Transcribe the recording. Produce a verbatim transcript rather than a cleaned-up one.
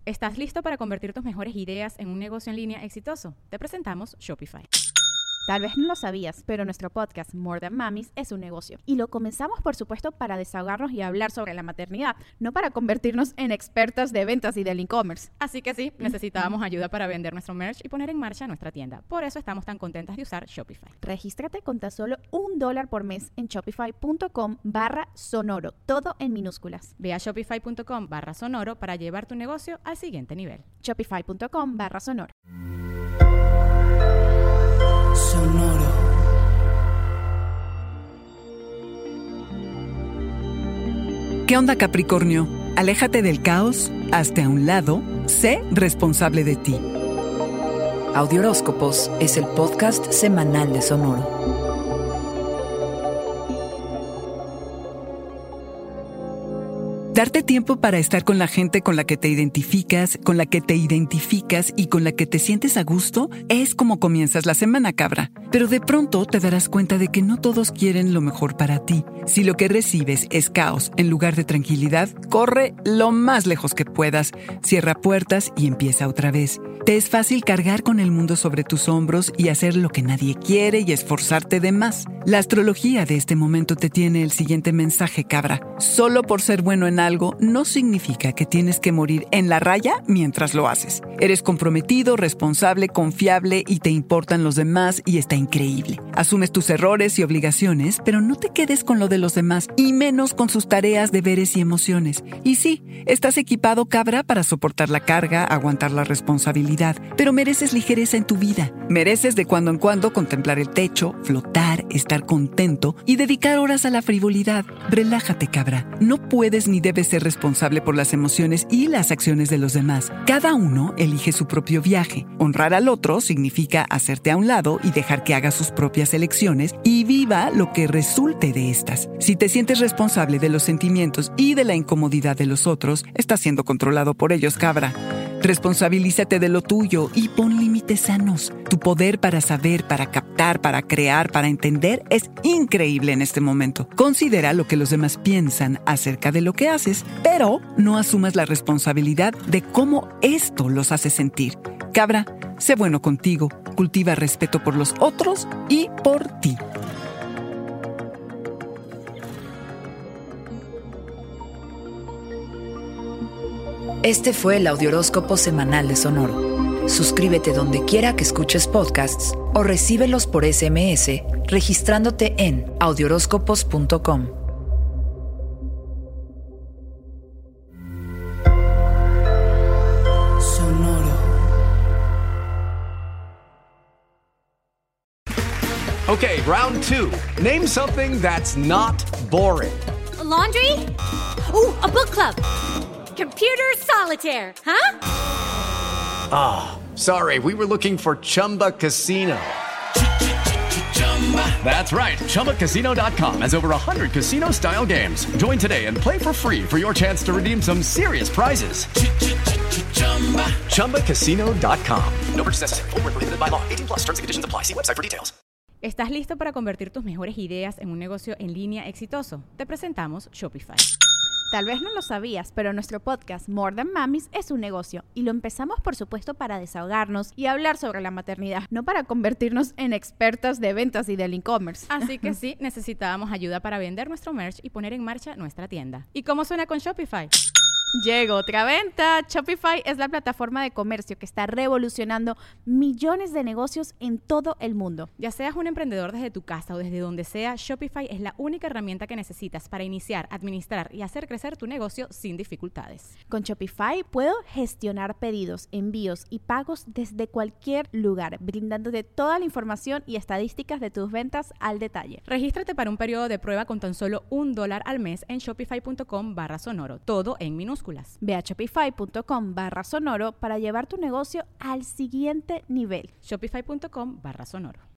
¿Estás listo para convertir tus mejores ideas en un negocio en línea exitoso? Te presentamos Shopify. Tal vez no lo sabías, pero nuestro podcast More Than Mamis es un negocio. Y lo comenzamos, por supuesto, para desahogarnos y hablar sobre la maternidad, no para convertirnos en expertas de ventas y del e-commerce. Así que sí, necesitábamos ayuda para vender nuestro merch y poner en marcha nuestra tienda. Por eso estamos tan contentas de usar Shopify. Regístrate con tan solo un dólar por mes en shopify.com barra sonoro, todo en minúsculas. Ve a shopify.com barra sonoro para llevar tu negocio al siguiente nivel. Shopify.com barra sonoro. Sonoro. ¿Qué onda, Capricornio? Aléjate del caos, hazte a un lado, sé responsable de ti. Audioróscopos es el podcast semanal de Sonoro. Darte tiempo para estar con la gente con la que te identificas, con la que te identificas y con la que te sientes a gusto es como comienzas la semana, cabra. Pero de pronto te darás cuenta de que no todos quieren lo mejor para ti. Si lo que recibes es caos en lugar de tranquilidad, corre lo más lejos que puedas, cierra puertas y empieza otra vez. Te es fácil cargar con el mundo sobre tus hombros y hacer lo que nadie quiere y esforzarte de más. La astrología de este momento te tiene el siguiente mensaje, cabra. Solo por ser bueno en algo no significa que tienes que morir en la raya mientras lo haces. Eres comprometido, responsable, confiable y te importan los demás y está increíble. Asumes tus errores y obligaciones, pero no te quedes con lo de los demás y menos con sus tareas, deberes y emociones. Y sí, estás equipado, cabra, para soportar la carga, aguantar la responsabilidad, pero mereces ligereza en tu vida. Mereces de cuando en cuando contemplar el techo, flotar, estar contento y dedicar horas a la frivolidad. Relájate, cabra. No puedes ni debes ser responsable por las emociones y las acciones de los demás. Cada uno elige su propio viaje. Honrar al otro significa hacerte a un lado y dejar que haga sus propias elecciones y viva lo que resulte de estas. Si te sientes responsable de los sentimientos y de la incomodidad de los otros, estás siendo controlado por ellos, cabra. Responsabilízate de lo tuyo y pon límites sanos. Tu poder para saber, para captar, para crear, para entender es increíble en este momento. Considera lo que los demás piensan acerca de lo que haces, pero no asumas la responsabilidad de cómo esto los hace sentir. Cabra, sé bueno contigo, cultiva respeto por los otros y por ti. Este fue el Audioróscopo semanal de Sonoro. Suscríbete donde quiera que escuches podcasts o recíbelos por ese eme ese registrándote en audioróscopos punto com. Sonoro. Okay, round two. Name something that's not boring. A laundry? Ooh, a book club. Computer solitaire, huh? Ah, oh, sorry, we were looking for Chumba Casino. That's right, Chumba Casino dot com has over one hundred casino-style games. Join today and play for free for your chance to redeem some serious prizes. Chumba Casino dot com. No purchase necessary. Void where prohibited by law. eighteen plus terms and conditions apply. See website for details. ¿Estás listo para convertir tus mejores ideas en un negocio en línea exitoso? Te presentamos Shopify. Tal vez no lo sabías, pero nuestro podcast More Than Mamis es un negocio y lo empezamos, por supuesto, para desahogarnos y hablar sobre la maternidad, no para convertirnos en expertas de ventas y del e-commerce. Así que sí, necesitábamos ayuda para vender nuestro merch y poner en marcha nuestra tienda. ¿Y cómo suena con Shopify? Llegó otra venta. Shopify es la plataforma de comercio que está revolucionando millones de negocios en todo el mundo. Ya seas un emprendedor desde tu casa o desde donde sea, Shopify es la única herramienta que necesitas para iniciar, administrar y hacer crecer tu negocio sin dificultades. Con Shopify puedo gestionar pedidos, envíos y pagos desde cualquier lugar, brindándote toda la información y estadísticas de tus ventas al detalle. Regístrate para un periodo de prueba con tan solo un dólar al mes en shopify.com barra sonoro, todo en minúsculas. Ve a shopify.com barra sonoro para llevar tu negocio al siguiente nivel. Shopify.com barra sonoro.